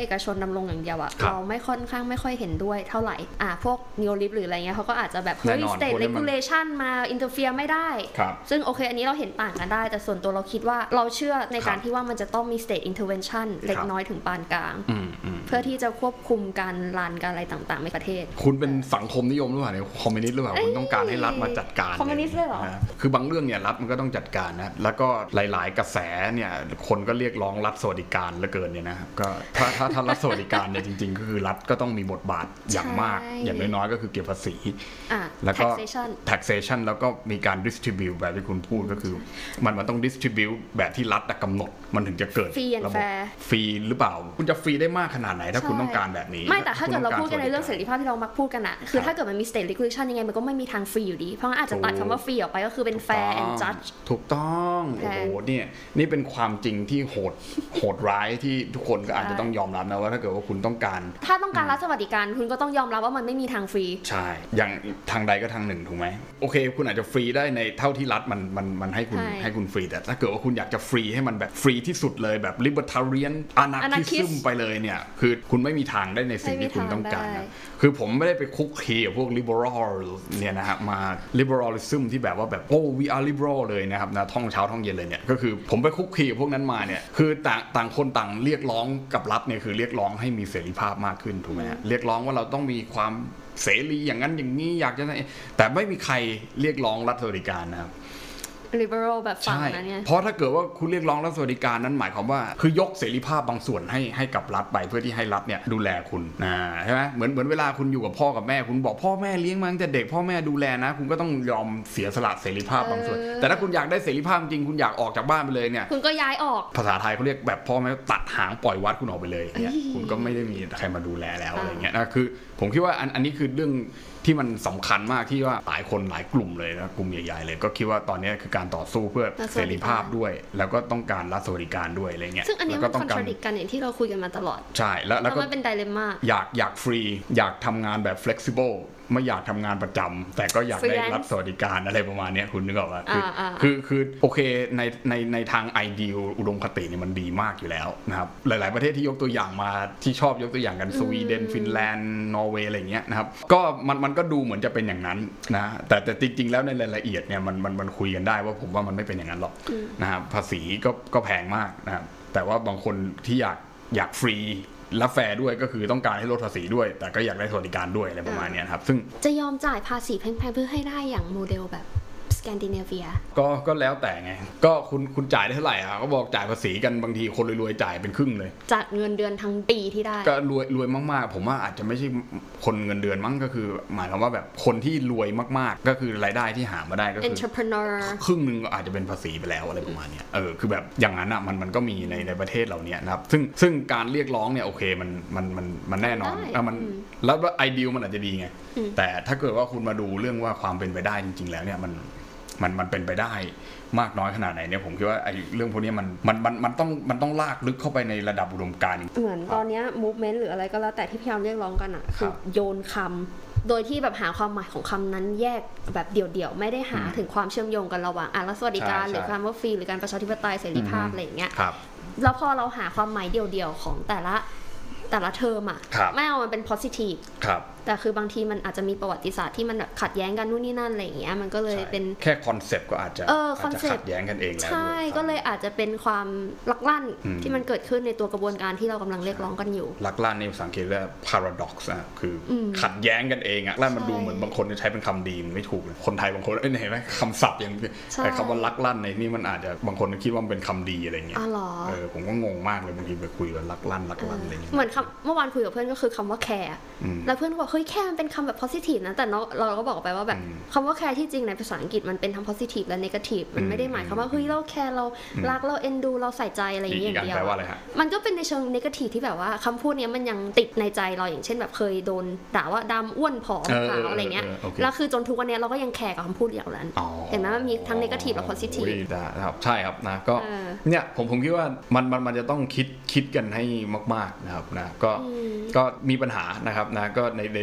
ำรงอย่างเดียวอะเราไม่ค่อยเห็นด้วยเท่าไหร่พวก Neolib หรืออะไรเงี้ยเขาก็อาจจะแบบเฮ้ย state regulation มา interfere ไม่ได้ซึ่งโอเคอันนี้เราเห็นต่างกันได้แต่ส่วนตัวเราคิดว่าเราเชื่อในการที่ว่ามันจะต้องมี state intervention เล็กน้อยถึงปานกลางเพื่อที่จะควบคุมการการอะไรต่างๆในประเทศคุณเป็นสังคมนิยมหรือเปล่าเนี่ยคอมมิวนิสต์หรือเปล่าคุณต้องการให้รัฐมาจัดการคอมมิวนิสต์เลยเหรอคือบางเรื่องเนี่ยรัฐมันก็ต้องจัดการนะแล้วก็หลายๆกระแสเนี่ยคนก็เรียกร้องรัฐสวัสดิการเหลือเกินเนี่ยนะครับก็ถ้ารัฐสวัสดิการเนี่ยจริงๆก็คือรัฐก็ต้องมีบทบาทอย่างมากอย่างน้อยๆก็คือเก็บภาษีแล้วก็ taxation แล้วก็มีการ distribute แบบที่คุณพูดก็คือมันต้อง distribute แบบที่รัฐกำหนดมันถึงจะเกิดระบบฟรีหรือเปล่าคุณจะฟรีได้มากขนาดไหนถ้าคุณต้องการแบบนี้ไม่แต่ถ้าเกิดเราพูดกันในเรื่องเสรีภาพที่เรามักพูดกันอะคือถ้าเกิดมันมี state regulation ยังไงมันก็ไม่มีทางฟรีอยู่ดีเพราะงั้นอาจจะตัดคำว่าฟรีออกไปก็คือเป็น fair and judge ถูกต้องโอ้โหเนี่ยนี่เป็นความจริงที่โหดร้ายที่ทุกคนก็อาจจะต้องยอมรับนะว่าถ้าเกิดว่าคุณต้องการรัฐสวัสดิการคุณก็ต้องยอมรับว่ามันไม่มีทางฟรีใช่อย่างทางใดก็ทางหนึ่งถูกไหมโอเคคุณอาจจะฟรีได้ในเท่าที่รัฐมันให้คุณฟรีแต่ถ้าเกิดว่าคุณอยากจะฟรีให้มันแบบฟรีที่สุดเลยแบบ libertarian anarchism ไปเลยเนี่ยคือคุณไม่มีทางได้ในสิ่งที่คุณต้องการนะคือผมไม่ได้ไปคุกคีกับพวก liberal เนี่ยนะฮะมา liberalism ที่แบบว่าแบบโอ้ we are liberal เลยนะครับนะท่องเช้าท่องเย็นเลยเนี่ยก็คือผมไปคุกคีกับพวกนั้นมาเนี่ยคือต่างคนต่างเรียกร้องกับรัฐเนี่ยคือเรียกร้องให้มีเสรีภาพมากขึ้นถูกไหมฮะเรียกร้องว่าเราต้องมีความเสรีอย่างนั้นอย่างนี้อยากจะแต่ไม่มีใครเรียกร้องรัฐสวัสดิการนะครับ liberal แบบฝั่งนั้นเนี่ยเพราะถ้าเกิดว่าคุณเรียกร้องรัฐสวัสดิการนั้นหมายความว่าคือยกเสรีภาพบางส่วนให้กับรัฐไปเพื่อที่ให้รัฐเนี่ยดูแลคุณใช่ไหมเหมือนเวลาคุณอยู่กับพ่อกับแม่คุณบอกพ่อแม่เลี้ยงมาตั้งแต่เด็กพ่อแม่ดูแลนะคุณก็ต้องยอมเสียสละเสรีภาพบางส่วนแต่ถ้าคุณอยากได้เสรีภาพจริงคุณอยากออกจากบ้านไปเลยเนี่ยคุณก็ย้ายออกภาษาไทยเขาเรียกแบบพ่อแม่ตัดหางปล่อยวัดคุณออกไปเลยเนี่ยคุณก็ไม่ได้มีใครมาดูแลแล้วอะไรเงี้ยนะคือผมคิดว่าอันนี้คือเรื่องที่มันสำคัญมากที่ว่าหลายคนหลายกลุ่มเลยนะกลุ่มใหญ่ๆเลยก็คิดว่าตอนนี้คือการต่อสู้เพื่อเสรีภาพด้วยแล้วก็ต้องการรัฐสวัสดิการด้วยอะไรเงี้ยซึ่งอันนี้มันคอนทราดิกกันอย่างที่เราคุยกันมาตลอดใช่แล้วก็มันเป็นไดเลมม่าอยากฟรีอยากทำงานแบบ flexible ไม่อยากทำงานประจำแต่ก็อยากได้รัฐสวัสดิการอะไรประมาณนี้คุณนึกออกป่ะคือโอเคในทางไอเดียอุดมคติเนี่ยมันดีมากอยู่แล้วนะครับหลายๆประเทศที่ยกตัวอย่างมาที่ชอบยกตัวอย่างกันสวีเดนฟินแลนด์นอร์เวย์อะไรเงี้ยนะครับก็มันก็ดูเหมือนจะเป็นอย่างนั้นนะแต่จริงๆแล้วในรายละเอียดเนี่ยมันคุยกันได้ว่าผมว่ามันไม่เป็นอย่างนั้นหรอกนะครับภาษีก็แพงมากนะครับแต่ว่าบางคนที่อยากฟรีและแฟร์ด้วยก็คือต้องการให้ลดภาษีด้วยแต่ก็อยากได้สวัสดิการด้วยอะไรประมาณนี้ครับซึ่งจะยอมจ่ายภาษีแพงๆเพื่อให้ได้อย่างโมเดลแบบสแกนดิเนเวียก็แล้วแต่ไงก็คุณจ่ายได้เท่าไหร่ก็บอกจ่ายภาษีกันบางทีคนรวยๆจ่ายเป็นครึ่งเลยจากเงินเดือนทั้งปีที่ได้ก็รวยมากๆผมว่าอาจจะไม่ใช่คนเงินเดือนมั้งก็คือหมายความว่าแบบคนที่รวยมากๆก็คือรายได้ที่หามาได้ก็คือ entrepreneur ครึ่งนึงก็อาจจะเป็นภาษีไปแล้วอะไรประมาณนี้คือแบบอย่างนั้นมันก็มีในประเทศเราเนี่ยนะครับซึ่งการเรียกร้องเนี่ยโอเคมันแน่นอนมันแล้วไอเดียมันอาจจะดีไงแต่ถ้าเกิดว่าคุณมาดูเรื่องว่าความเป็นไปได้จริงๆแล้วเนี่ยมันเป็นไปได้มากน้อยขนาดไหนเนี่ยผมคิดว่าไอ้เรื่องพวกนี้มันต้องลากลึกเข้าไปในระดับอุดมการณ์เหมือนตอนนี้ movement หรืออะไรก็แล้วแต่ที่พยายามเรียกร้องกันอ่ะคือโยนคำโดยที่แบบหาความหมายของคำนั้นแยกแบบเดี่ยวๆไม่ได้หาถึงความเชื่อมโยงกันระหว่างรัฐสวัสดิการหรือการว่าฟรีหรือการประชาธิปไตยเสรีภาพอะไรอย่างเงี้ยแล้วพอเราหาความหมายเดี่ยวๆของแต่ละเทอมอ่ะไม่เอามันเป็น positive แต่คือบางทีมันอาจจะมีประวัติศาสตร์ที่มันแบบขัดแย้งกันนู่นนี่นั่นอะไรอย่างเงี้ยมันก็เลยเป็นแค่คอนเซ็ปต์ก็อาจจะขัดแย้งกันเองแล้วใช่ก็เลยอาจจะเป็นความลักลั่นที่มันเกิดขึ้นในตัวกระบวนการที่เรากำลังเรียกร้องกันอยู่ลักลั่นในภาษาอังกฤษเรียก paradox คือขัดแย้งกันเองแล้วมันดูเหมือนบางคนจะใช้เป็นคำดีมันไม่ถูกคนไทยบางคนเห็นไหมคำศัพท์อย่างคำว่าลักลั่นในนี่มันอาจจะบางคนคิดว่ามันเป็นคำดีอะไรเงี้ยผมก็งงมากเลยบางทีไปคุยกับลักลั่นอะไรเงี้ยเหมือนเมื่อวานคุยกับเพื่อนก็คือคำว่าแคร์แล้วเพื่อนบอกเฮ้ยแคร์มันเป็นคำแบบ positive นะแต่เราก็บอกไปว่าแบบคำว่าแคร์ที่จริงในภาษาอังกฤษมันเป็นทั้ง positive และ negative มันไม่ได้หมายความว่าเฮ้ยเราแคร์เรารักเราเอ็นดูเราใส่ใจอะไรอย่างเดียวมันก็เป็นในเชิง negative ที่แบบว่าคำพูดนี้มันยังติดในใจเราอย่างเช่นแบบเคยโดนด่าว่าดำอ้วนผอมขาวอะไรเงี้ยแล้วคือจนทุกวันนี้เราก็ยังแคร์กับคำพูดอย่างนั้นเห็นไหมมันมีทั้ง negative และ positive ครับใช่ครับนะก็เนี่ยผมคิดว่ามันจะต้องคิดกันให้มากๆนะครับนะก็มีปัญหานะครับนะก็ใน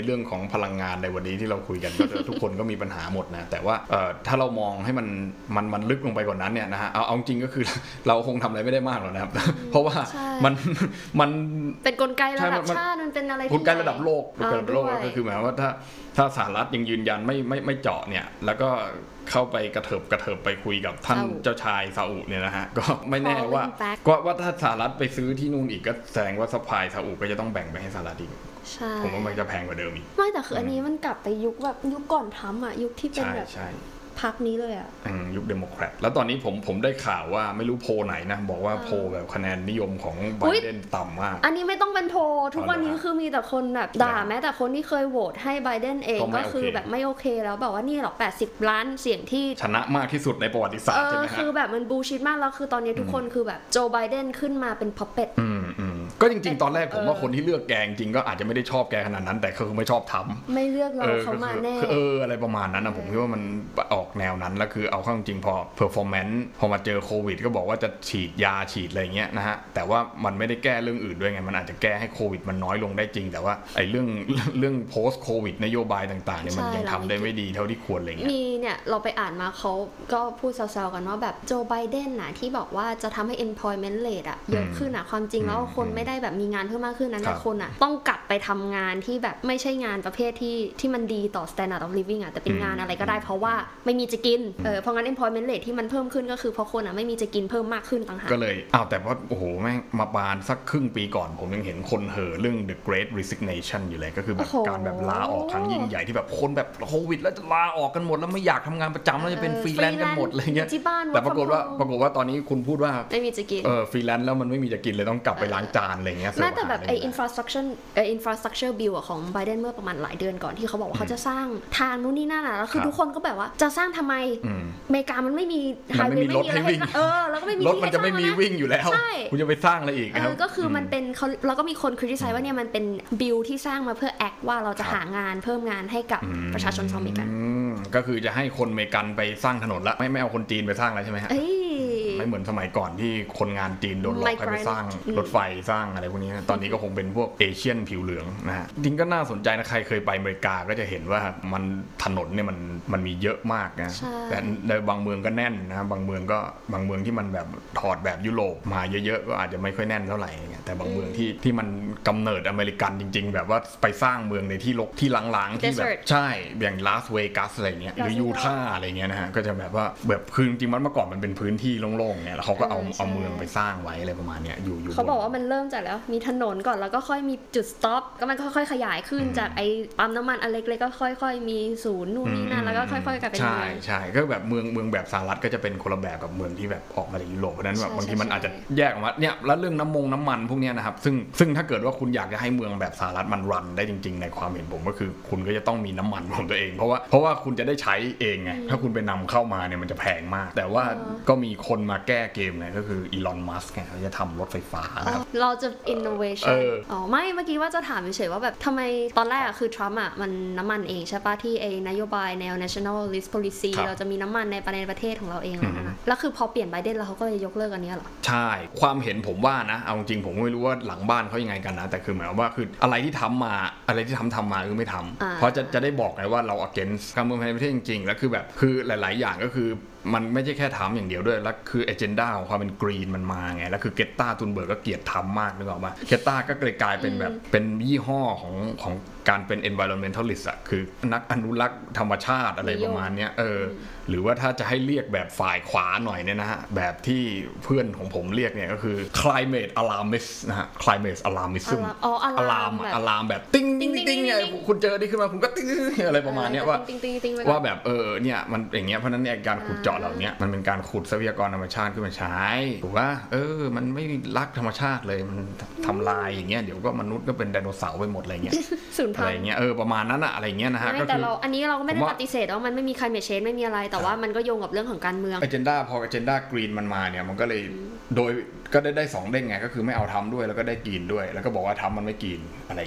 เรื่องของพลังงานในวันนี้ที่เราคุยกันก็ทุกคนก็มีปัญหาหมดนะแต่ว่าถ้าเรามองให้มันลึกลงไปกว่านั้นเนี่ยนะฮะเอาจริงก็คือเราคงทำอะไรไม่ได้มากหรอกนะครับเพราะว่ามันเป็นกลไกระดับชาติมันเป็นอะไรกลไกระดับโลกก็คือหมายว่าถ้าสหรัฐยังยืนยันไม่เจาะเนี่ยแล้วก็เข้าไปกระเถิบไปคุยกับท่านเจ้าชายซาอุเนี่ยนะฮะก็ไม่แน่ว่าถ้าสหรัฐไปซื้อที่นู่นอีกก็แสดงว่าซัพพลายซาอุก็จะต้องแบ่งไปให้สหรัฐอีกผมว่ามันจะแพงกว่าเดิมอีกไม่แต่คืออันนี้มันกลับไปยุคแบบยุคก่อนทรัมป์อ่ะยุคที่เป็นแบบพักนี้เลยอ่ะยุคเดโมแครตแล้วตอนนี้ผมได้ข่าวว่าไม่รู้โพลไหนนะบอกว่าโพลแบบคะแนนนิยมของไบเดนต่ำมากอันนี้ไม่ต้องเป็นโพลทุกวันนี้คือมีแต่คนแบบด่าแม้แต่คนที่เคยโหวตให้ไบเดนเองก็คือแบบไม่โอเคแล้วแบบว่านี่หรอก80ล้านเสียงที่ชนะมากที่สุดในประวัติศาสตร์ใช่ไหมคือแบบมันบูชิตมากแล้วคือตอนนี้ทุกคนคือแบบโจไบเดนขึ้นมาเป็นพัปเป็ตก็จริงๆตอนแรกผมว่าคนที่เลือกแกจริงก็อาจจะไม่ได้ชอบแกขนาดนั้นแต่คือไม่ชอบทำไม่เลือกเราเขามาแน่อะไรประมาณนั้นนะผมคิดว่ามันออกแนวนั้นแล้วคือเอาเข้าจริงพอ performance พอมาเจอโควิดก็บอกว่าจะฉีดยาฉีดอะไรเงี้ยนะฮะแต่ว่ามันไม่ได้แก้เรื่องอื่นด้วยไงมันอาจจะแก้ให้โควิดมันน้อยลงได้จริงแต่ว่าไอ้เรื่อง post covid นโยบายต่างๆเนี่ยมันยังทำได้ไม่ดีเท่าที่ควรอะไรเงี้ยมีเนี่ยเราไปอ่านมาเขาก็พูดแซวๆกันว่าแบบโจไบเดนน่ะที่บอกว่าจะทำให้ employment rate อะเยอะขึ้นอะความจริงแล้วคนไม่ได้แบบมีงานเพิ่มมากขึ้นนะแต่คนอะต้องกลับไปทำงานที่แบบไม่ใช่งานประเภทที่มันดีต่อ standard of living อะแต่เป็นงานอะไรก็ได้เพราะว่าไม่มีจะกินเพราะงั้น employment rate ที่มันเพิ่มขึ้นก็คือเพราะคนอะไม่มีจะกินเพิ่มมากขึ้นต่างหากก็เลยแต่ว่าโอ้โหแม่งมาบานสักครึ่งปีก่อนผมยังเห็นคนเห่อเรื่อง the great resignation อยู่เลยก็คือแบบการแบบลาออกครั้งยิ่งใหญ่ที่แบบคนแบบโควิดแล้วจะลาออกกันหมดแล้วไม่อยากทำงานประจำแล้วจะเป็นฟรีแลนซ์กันหมดอะไรเงี้ยแต่ปรากฏว่าตอนนี้คุณพูดว่าไม่มีจะกินฟรีแลนซ์แล้วมันไม่มีจะกินเลยต้องกลับไปล้างจานอะไรเงี้ยแม้แต่แบบไอ้ infrastructure bill ของไบเดนเมื่อประมาณหลายเดือนก่อนที่เขาบอกว่าเขาจะสร้างทางนู้นนี่นั่นน่ะแล้วคือทุกคนก็แบบว่าจะสร้างทำไมอเมริกามันไม่มีไม่มีรถให้วิ่งแล้วก็ไม่มีรถมันจะไม่มีวิ่งอยู่แล้วคุณจะไปสร้างอะไรอีกครับก็คือมันเป็นเขาแล้วก็มีคนคริติไซส์ว่าเนี่ยมันเป็นบิลที่สร้างมาเพื่อแอคว่าเราจะหางานเพิ่มงานให้กับประชาชนชาวอเมริกันก็คือจะให้คนอเมริกันไปสร้างถนนละไม่เอาคนจีนไปสร้างแล้วใช่ไหมฮะไม่เหมือนสมัยก่อนที่คนงานจีนโดนหลอกให้ไปสร้างรถไฟสร้างอะไรพวกนี้ตอนนี้ก็คงเป็นพวกเอเชียนผิวเหลืองนะฮะจริงก็น่าสนใจนะใครเคยไปอเมริกาก็จะเห็นว่ามันถนนเนี่ยมันมีเยอะมากนะแต่ในบางเมืองก็แน่นนะบางเมืองที่มันแบบถอดแบบยุโรปมาเยอะๆก็อาจจะไม่ค่อยแน่นเท่าไหร่แต่บางเมืองที่มันกำเนิดอเมริกันจริงๆแบบว่าไปสร้างเมืองในที่รกที่ล้างๆที่แบบใช่อย่างลาสเวกัสอะไรเงี้ยหรือยูทาห์อะไรเงี้ยนะฮะก็จะแบบว่าแบบคือจริงๆมันเมื่อก่อนมันเป็นพื้นที่โล่งๆเนี่ยแล้วเขาก็เอาเมืองไปสร้างไว้อะไรประมาณเนี้ยอยู่เขาบอกว่ามันเริ่มจากแล้วมีถนนก่อนแล้วก็ค่อยมีจุดสต็อปก็มันค่อยๆขยายขึ้นจากไอ้ปั๊มน้ำมันอันเล็กๆก็ค่อยๆมีศูนย์นู่นนี่นั่นแล้วก็ค่อยๆกลายเป็นใช่ก็แบบเมืองแบบสหรัฐก็จะเป็นคนละแบบกับเมืองที่แบบออกมาจากยุโรปเพราะนั้นแบบบางทีมันอาจจะแยกออกมาเนี่ยแล้วเรื่องน้ำมันพวกนี้นะครับซึ่งถ้าเกิดว่าคุณอยากจะให้เมืองแบบสหรัฐมันรันได้จริงๆในความเห็นผมก็คือคุณก็จะต้องมีน้ำมันของตัวเองเพราะว่าคุณจะได้ใช้เองไงถ้าคุณไปนำเข้ามาเนี่ยมันจะแพงมากแต่ว่าก็มีคนมาแก้เกมไงก็คืออีลอนมัสก์ไงเขาจะทำรถไฟฟ้าเราจะ innovation ไม่เมื่อกี้ว่าจะถามเฉยๆว่าแบบทำไมตอนแรกคือทรัมป์มันน้ำมันเองใช่ปะที่นโยบายแนว nationalist policy เราจะมีน้ำมันในประเทศของเราเองแล้วคือพอเปลี่ยนไบเดนแล้วเขาก็เลยยกเลิกอันนี้เหรอใช่ความเห็นผมว่านะเอาจริงผมไม่รู้ว่าหลังบ้านเขายังไงกันนะแต่คือหมายว่าคืออะไรที่ทำมาคือไม่ทำเพราะจะได้บอกไงว่าเรา against การเมืองภายในประเทศจริงๆแล้วคือแบบคือหลายๆอย่างก็คือมันไม่ใช่แค่ทำอย่างเดียวด้วยแล้วคือเอเจนดาของความเป็นกรีนมันมาไงแล้วคือเกตตาตุนเบิร์กก็เกลียดทำมากนึกออกป่ะเกตตาก็กลายเป็นแบบเป็นยี่ห้อของการเป็น environmentalist อะคือนักอนุรักษ์ธรรมชาติอะไรประมาณนี้หรือว่าถ้าจะให้เรียกแบบฝ่ายขวาหน่อยเนี่ยนะฮะแบบที่เพื่อนของผมเรียกเนี่ยก็คือ climate alarmist นะฮะ climate alarmism อะลามแบบติ้งติ้งติ้งไงคุณเจอนี่ขึ้นมาคุณก็ติ้งอะไรประมาณนี้ว่าแบบเนี่ยมันอย่างเงี้ยเพราะนั้นเนี่ยการขุดเจาะเหล่านี้มันเป็นการขุดทรัพยากรธรรมชาติขึ้นมาใช้ถูกป่ะมันไม่รักธรรมชาติเลยมันทำลายอย่างเงี้ยเดี๋ยวก็มนุษย์ก็เป็นไดโนเสาร์ไปหมดอะไรเงี้ยอะไรเงี้ยประมาณนั้นอะอะไรเงี้ยนะฮะก็คืออันนี้เราก็ไม่ได้ปฏิเสธว่ามันไม่มี climate change ไม่มีอะไรแต่ว่ามันก็โยงกับเรื่องของการเมืองพอ agenda green มันมาเนี่ยมันก็เลยโดยก็ได้2เด้งไงก็คือไม่เอาทำด้วยแล้วก็ได้กินด้วยแล้วก็บอกว่าทำมันไม่กินอะไรเงี้ย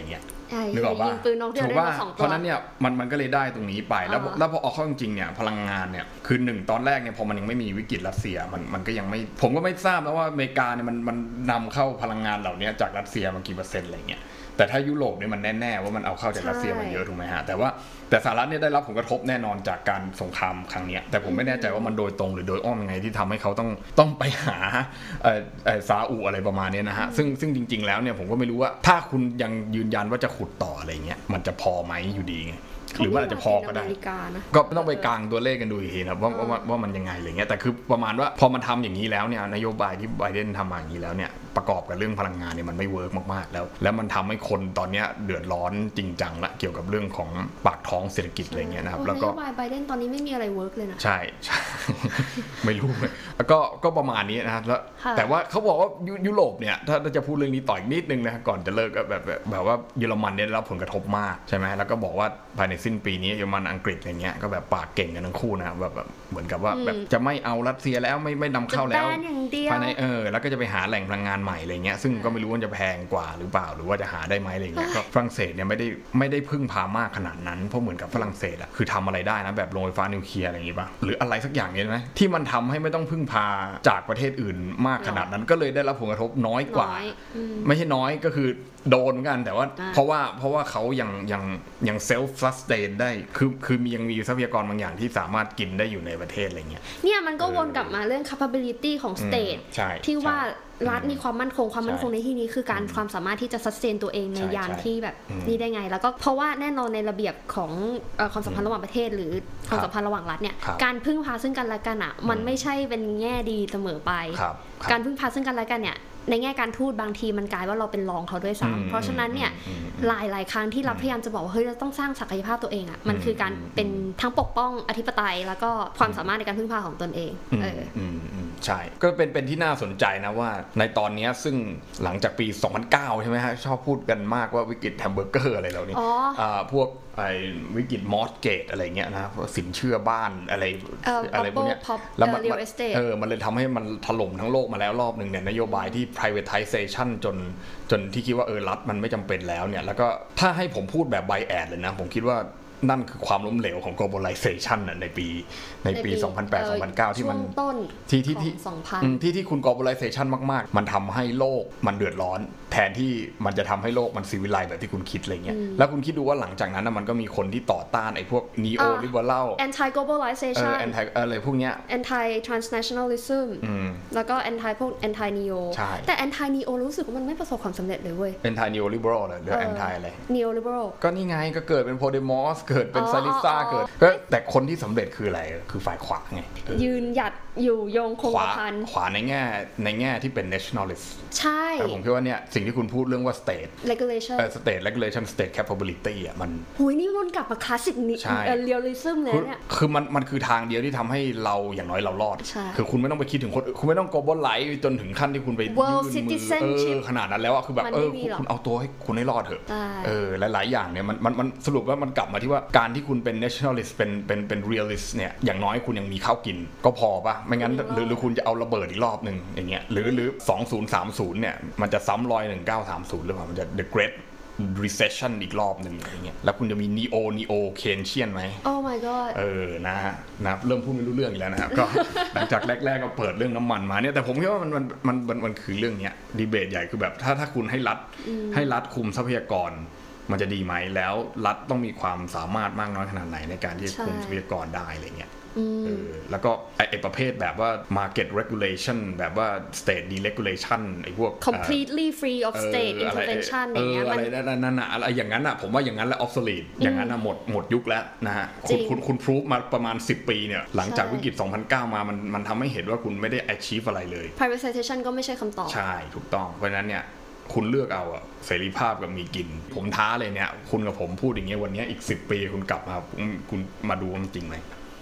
นึกออกป่ะถูกว่าเพราะนั้นเนี่ยมันก็เลยได้ตรงนี้ไปแล้วพอเอาเข้าจริงๆเนี่ยพลังงานเนี่ยคือ1ตอนแรกเนี่ยพอมันยังไม่มีวิกฤตรัสเซียมันก็ยังไม่ผมก็ไม่ทราบนะว่าอเมริกาเนี่ยมันนำเข้าพลังงานเหล่านี้จากรัสเซียมากี่เปอร์เซ็นต์อะไรเงี้ยแต่ถ้ายุโรปเนี่ยมันแน่ๆว่ามันเอาเข้าจากรัสเซียมาเยอะถูกไหมฮะแต่สหรัฐเนี่ยได้รับผลกระทบแน่นอนจากการสงครามครั้งนี้แต่ผมไม่แน่ใจว่ามันโดยตรงหรือโดยอ้อมยังไงที่ทำให้เขาต้องไปหาซาอุอะไรประมาณนี้นะฮะซึ่งจริงๆแล้วเนี่ยผมก็ไม่รู้ว่าถ้าคุณยังยืนยันว่าจะขุดต่ออะไรเงี้ยมันจะพอไหมอยู่ดีไงหรือว่าอาจจะพอก็ได้ก็ต้องไปกางตัวเลขกันดูอีกทีนะว่ามันยังไงอะไรเงี้ยแต่คือประมาณว่าพอมันทำอย่างนี้แล้วเนี่ยนโยบายที่ไบเดนทำมาอย่างนี้แล้วเนี่ยประกอบกับเรื่องพลังงานเนี่ยมันไม่เวิร์กมากๆแล้วมันทำให้คนตอนนี้เดือดร้อนจริงจังละเกี่ยวกับเรื่องของปากท้องเศรษฐกิจอะไรเงี้ยนะครับแล้วก็นโยบายไบเดนตอนนี้ไม่มีอะไรเวิร์กเลยนะใช่ ไม่รู้เลยแล้วก็ประมาณนี้นะครับแล้วแต่ว่าเขาบอกว่ายุโรปเนี่ยถ้าจะพูดเรื่องนี้ต่ออีกนิดนึงนะก่อนจะเลิกก็แบบว่าเยอรมันเนี่ยได้รับผลกระทบมากใช่ไหมแล้วก็บอกว่าภายในสิ้นปีนี้เยอรมันอังกฤษอะไรเงี้ยก็แบบปากเก่งกันทั้งคู่นะแบบเหมือนกับว่าแบบจะไม่เอารัสเซียแล้วไม่นำเข้าแล้วภายในแล้วก็จะไปหาแหล่งพลังงานใหม่อะไรเงี้ยซึ่งก็ไม่รู้ว่าจะแพงกว่าหรือเปล่าหรือว่าจะหาได้ไหมอะไรเงี้ยก็ฝรั่งเศสเนี่ยไม่ได้พึ่งพามากขนาดนั้นเพราะเหมือนกับฝรั่งเศสอะคือทำอะไรได้นะแบบโรงไฟฟ้านิวเคลียร์อะไรอย่างงี้ป่ะหรืออะไรสักอย่างเนี่ยไหมที่มันทำให้ไม่ต้องพึ่งพาจากประเทศอื่นมากขนาดนั้นก็เลยได้รับผลกระทบน้อยกว่าไม่ใช่น้อยก็คือโดนเหมือนกันแต่ว่าเพราะว่าเขายังเซลฟ์ซัสเตนได้คือยังมีทรัพยากรบางอย่างที่สามารถกินได้อยู่ในประเทศอะไรเงี้ยเนี่ยมันก็วนกลับมาเรื่อง capability ของ state ที่ว่ารัฐมีความมั่นคงในที่นี้คือการความสามารถที่จะ sustain ตัวเองในยามที่แบบนี้ได้ไงแล้วก็เพราะว่าแน่นอนในระเบียบของความสัมพันธ์ระหว่างประเทศหรือความสัมพันธ์ระหว่างรัฐเนี่ยการพึ่งพาซึ่งกันและกันอ่ะมันไม่ใช่เป็นแง่ดีเสมอไปการพึ่งพาซึ่งกันและกันเนี่ยในแง่การทูตบางทีมันกลายว่าเราเป็นรองเขาด้วยซ้ำเพราะฉะนั้นเนี่ยหลายครั้งที่รัฐพยายามจะบอกว่าเฮ้ยเราต้องสร้างศักยภาพตัวเองอ่ะมันคือการเป็นทั้งปกป้องอธิปไตยแล้วก็ความสามารถในการพึ่งพาของตนเองใช่ก็เป็นที่น่าสนใจนะว่าในตอนนี้ซึ่งหลังจากปี 2009 ใช่ไหมฮะชอบพูดกันมากว่าวิกฤตแฮมเบอร์เกอร์อะไรเหล่านี้พวกวิกฤตมอร์เกจอะไรเงี้ยนะสินเชื่อบ้านอะไรพวกเนี้ยแล้วมันเลยทำให้มันถล่มทั้งโลกมาแล้วรอบนึงเนี่ยนโยบายที่ privatization จนที่คิดว่ารัฐมันไม่จำเป็นแล้วเนี่ยแล้วก็ถ้าให้ผมพูดแบบ bias เลยนะผมคิดว่านั่นคือความล้มเหลวของ globalization ในปี 2008-2009 ที่มันที่คุณ globalization มากๆมันทำให้โลกมันเดือดร้อนแทนที่มันจะทำให้โลกมันซีวิไลซ์แบบที่คุณคิดอะไรเงี้ยแล้วคุณคิดดูว่าหลังจากนั้นมันก็มีคนที่ต่อต้านไอ้พวก neo liberal anti globalization anti อะไรพวกเนี้ย anti transnationalism แล้วก็ anti neo แต่ anti neo รู้สึกว่ามันไม่ประสบความสำเร็จเลยเว้ย anti neo liberal หรือ anti อะไร neo liberal ก็นี่ไงก็เกิดเป็น Podemosเกิดเป็นซาลิซ่าเกิดแต่คนที่สำเร็จคืออะไรคือฝ่ายขวาไงยืนหยัดอยู่ยงคงกระพันขวาในแง่ที่เป็น nationalist ใช่แต่ผมคิดว่าเนี่ยสิ่งที่คุณพูดเรื่องว่า state regulation state regulation state capability อ่ะมันหุยนี่วนกลับมาคลาสสิกนี่realism เลยเนี่ยคือมันคือทางเดียวที่ทำให้เราอย่างน้อยเรารอดคือคุณไม่ต้องไปคิดถึงคนคุณไม่ต้อง globalize จนถึงขั้นที่คุณไปยื่นมือขนาดนั้นแล้วอ่ะคือแบบคุณเอาตัวให้คุณให้รอดเถอะหลายๆอย่างเนี่ยมันสรุปว่ามันกลับมาที่ว่าการที่คุณเป็น nationalist เป็น realist เนี่ยอย่างน้อยคุณยังมีข้าวกินก็พอป่ะไม่งั้นหรือคุณจะเอาระเบิดอีกรอบนึงอย่างเงี้ยหรือ2030เนี่ยมันจะซ้ำรอย1930หรือเปล่ามันจะ the great recession อีกรอบนึงอะไรเงี้ยแล้วคุณจะมี neo Keynesian ไหม Oh my god นะเริ่มพูดไม่รู้เรื่องอีกแล้วนะครับก็หลังจากแรกๆก็เปิดเรื่องน้ำมันมาเนี่ยแต่ผมคิดว่ามันคือเรื่องเนี้ยดีเบตใหญ่คือแบบถ้าคุณให้รัฐคุมทรัพยากรมันจะดีไหมแล้วรัฐต้องมีความสามารถมากน้อยขนาดไหนในการที่จะคุมทรัพยากรได้อะไรเงี้ยแล้วก็ไอ้ประเภทแบบว่า market regulation แบบว่า state deregulation ไอ้พวก completely free of state intervention อย่างเงี้ยอะไรนั่นน่ะอะไรอย่างนั้นน่ะผมว่าอย่างนั้นแหละ obsolete อย่างนั้นน่ะหมดยุคแล้วนะฮะคุณ proof มาประมาณ10 ปีเนี่ยหลังจากวิกฤต 2009 มามันทำให้เห็นว่าคุณไม่ได้ achieve อะไรเลย privatization ก็ไม่ใช่คำตอบใช่ถูกต้องเพราะฉะนั้นเนี่ยคุณเลือกเอาเสรีภาพกับมีกินผมท้าเลยเนี่ยคุณกับผมพูดอย่างเงี้ยวันนี้อีก10 ปีคุณกลับมาคุณมาดูว่ามันจริงไหม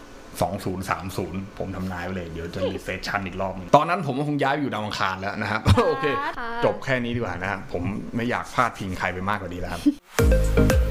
2030ผมทำนายไว้เลยเดี๋ยวจะรีเซสชั่นอีกรอบนึงตอนนั้นผมคงย้ายไปอยู่ดาวอังคารแล้วนะครับโอเคจบแค่นี้ดีกว่านะครับผมไม่อยากพลาดพิงใครไปมากกว่านี้แล้วครับ